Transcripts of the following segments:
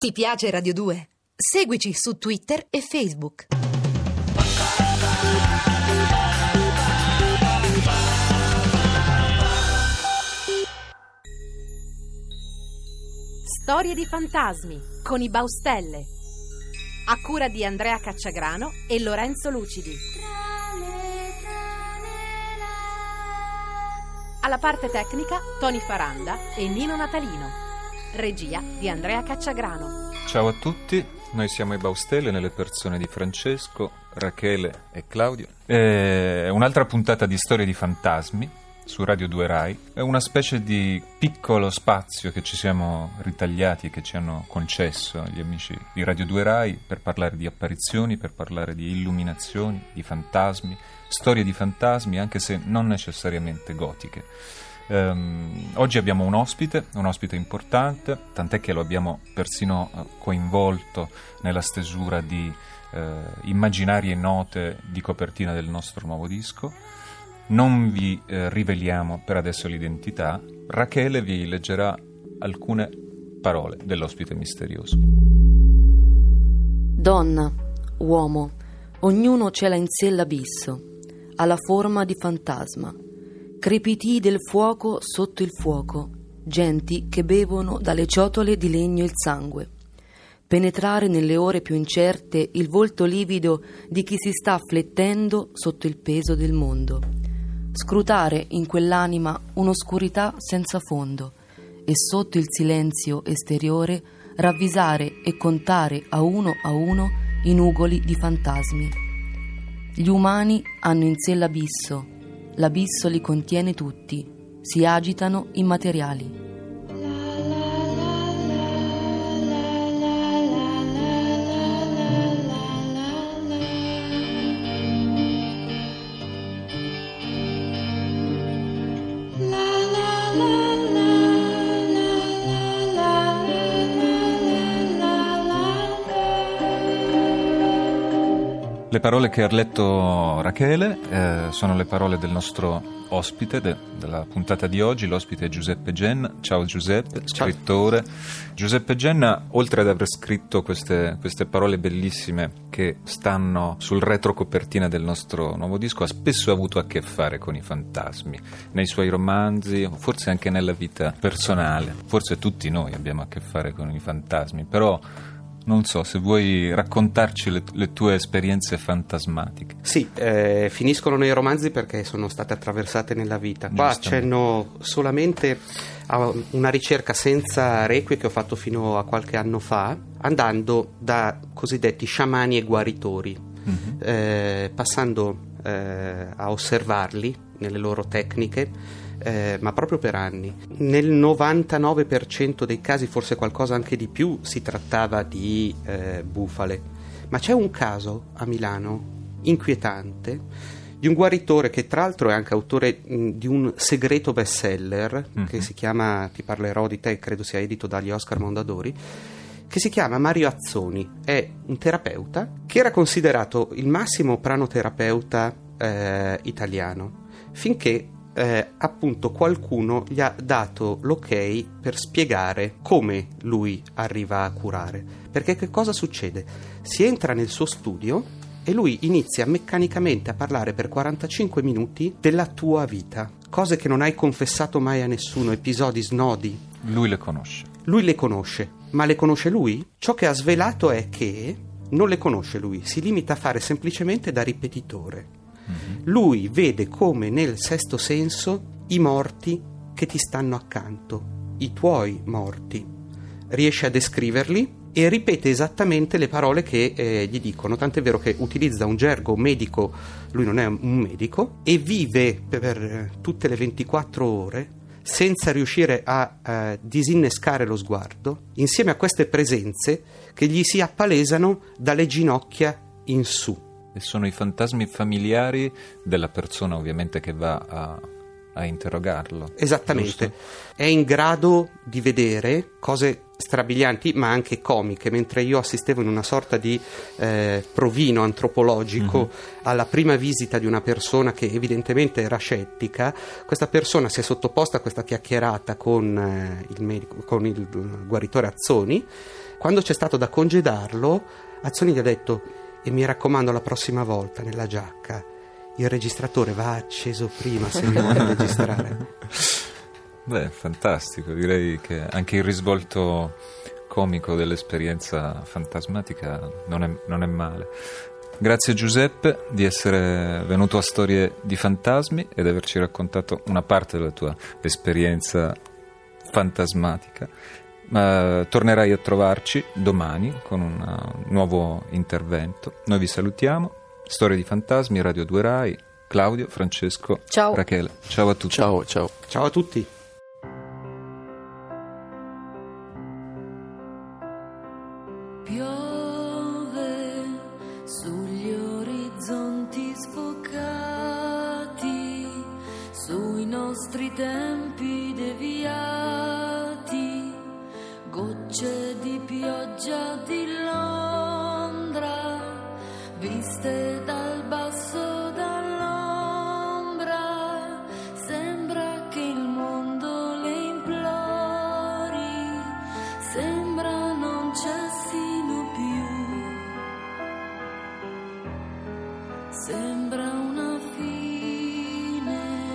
Ti piace Radio 2? Seguici su Twitter e Facebook. Storie di fantasmi con i Baustelle, a cura di Andrea Cacciagrano e Lorenzo Lucidi. Alla parte tecnica Tony Faranda e Nino Natalino. Regia di Andrea Cacciagrano. Ciao a tutti, noi siamo i Baustelle nelle persone di Francesco, Rachele e Claudio. È un'altra puntata di Storie di fantasmi su Radio 2 Rai. È una specie di piccolo spazio che ci siamo ritagliati e che ci hanno concesso gli amici di Radio 2 Rai per parlare di apparizioni, per parlare di illuminazioni, di fantasmi, storie di fantasmi, anche se non necessariamente gotiche. Oggi abbiamo un ospite importante, tant'è che lo abbiamo persino coinvolto nella stesura di immaginarie note di copertina del nostro nuovo disco. Non vi riveliamo per adesso l'identità. Rachele vi leggerà alcune parole dell'ospite misterioso. Donna, uomo, ognuno cela in sé l'abisso, ha la forma di fantasma. Crepitii del fuoco sotto il fuoco, genti che bevono dalle ciotole di legno il sangue. Penetrare nelle ore più incerte il volto livido di chi si sta afflettendo sotto il peso del mondo. Scrutare in quell'anima un'oscurità senza fondo e sotto il silenzio esteriore ravvisare e contare a uno i nugoli di fantasmi. Gli umani hanno in sé l'abisso li contiene tutti, si agitano immateriali. Le parole che ha letto Rachele sono le parole del nostro ospite della puntata di oggi. L'ospite è Giuseppe Genna. Ciao Giuseppe, scrittore. Giuseppe Genna, oltre ad aver scritto queste parole bellissime che stanno sul retrocopertina del nostro nuovo disco, ha spesso avuto a che fare con i fantasmi, nei suoi romanzi, forse anche nella vita personale. Forse tutti noi abbiamo a che fare con i fantasmi, però non so se vuoi raccontarci le tue esperienze fantasmatiche. Sì, finiscono nei romanzi perché sono state attraversate nella vita. Qua accenno solamente a una ricerca senza requie che ho fatto fino a qualche anno fa, andando da cosiddetti sciamani e guaritori, passando a osservarli nelle loro tecniche, ma proprio per anni. Nel 99% dei casi, forse qualcosa anche di più, si trattava di bufale. Ma c'è un caso a Milano inquietante di un guaritore che tra l'altro è anche autore di un segreto bestseller che si chiama Ti parlerò di te, credo sia edito dagli Oscar Mondadori, che si chiama Mario Azzoni. È un terapeuta che era considerato il massimo pranoterapeuta italiano, finché appunto qualcuno gli ha dato l'ok per spiegare come lui arriva a curare. Perché che cosa succede? Si entra nel suo studio e lui inizia meccanicamente a parlare per 45 minuti della tua vita, cose che non hai confessato mai a nessuno, episodi, snodi. Lui le conosce, ma le conosce lui? Ciò che ha svelato è che non le conosce lui, si limita a fare semplicemente da ripetitore. Lui vede come nel sesto senso i morti che ti stanno accanto, i tuoi morti, riesce a descriverli e ripete esattamente le parole che gli dicono, tant'è vero che utilizza un gergo medico, lui non è un medico, e vive per tutte le 24 ore senza riuscire a disinnescare lo sguardo, insieme a queste presenze che gli si appalesano dalle ginocchia in su. E sono i fantasmi familiari della persona, ovviamente, che va a interrogarlo. Esattamente. Giusto? È in grado di vedere cose strabilianti ma anche comiche. Mentre io assistevo in una sorta di provino antropologico alla prima visita di una persona che evidentemente era scettica, questa persona si è sottoposta a questa chiacchierata con il medico, con il guaritore Azzoni, Quando c'è stato da congedarlo, Azzoni gli ha detto: e mi raccomando, la prossima volta nella giacca il registratore va acceso prima se vuole registrare. Beh, fantastico, direi che anche il risvolto comico dell'esperienza fantasmatica non è male. Grazie Giuseppe di essere venuto a Storie di Fantasmi ed averci raccontato una parte della tua esperienza fantasmatica. Tornerai a trovarci domani con un nuovo intervento. Noi vi salutiamo. Storie di Fantasmi, Radio 2 Rai, Claudio, Francesco, ciao. Rachele. Ciao a tutti. Ciao. Ciao a tutti. Piove sugli orizzonti sfocati, sui nostri tempi deviati, gocce di pioggia di Londra, viste dal basso dall'ombra, sembra che il mondo le implori, sembra non cessino più, sembra una fine,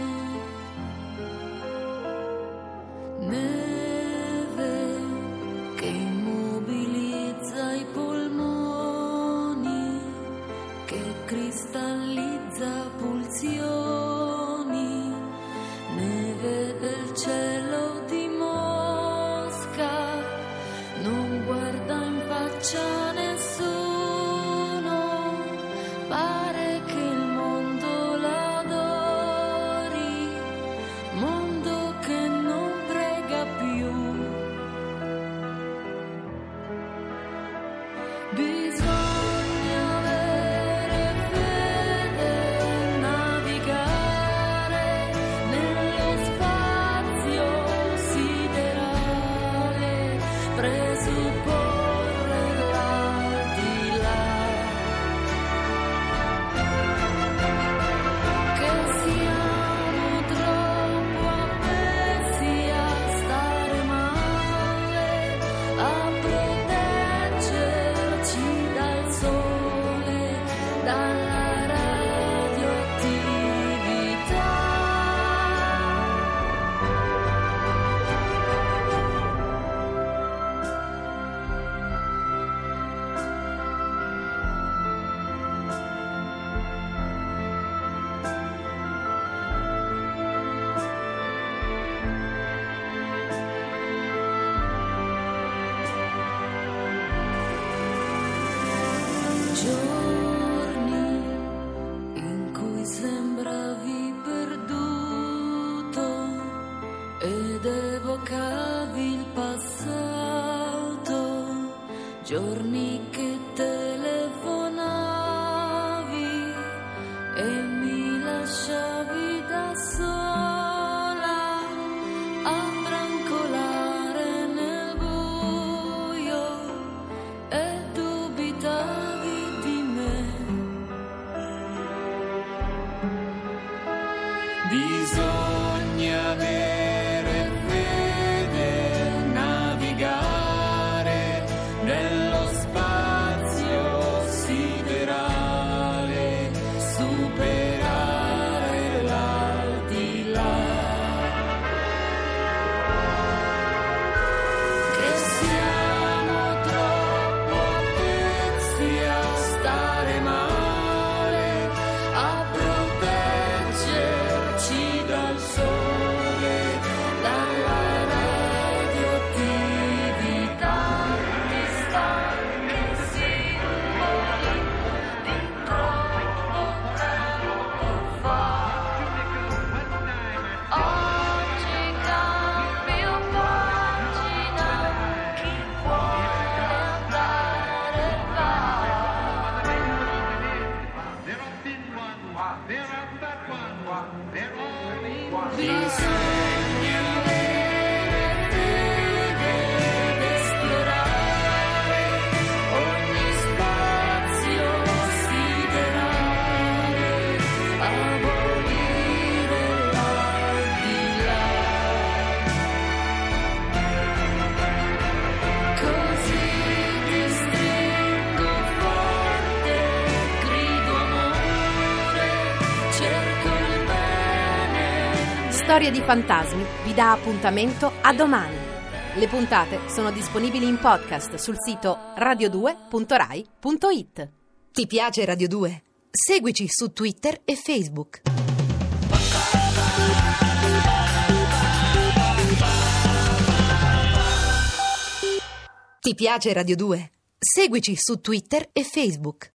neve che immobilizza i polmoni, che cristallizza pulsioni, neve del cielo di Mosca, non guarda in faccia nessuno, pare che il mondo l'adori, mondo che non prega più. Bisogna avere fede, navigare nello spazio siderale, presupporre l'aldilà, che siamo troppo appesi a stare male, a proteggerci dal sole, dalla radioattività. Giorni in cui sembravi perduto ed evocavi il passato, giorni che telefonavi e mi lasciavi da sola a brancolare nel buio e dubitavi di me. Bisogna avere fede, navigare nello spazio Storie di fantasmi vi dà appuntamento a domani. Le puntate sono disponibili in podcast sul sito radio2.rai.it. Ti piace Radio 2? Seguici su Twitter e Facebook. Ti piace Radio 2? Seguici su Twitter e Facebook.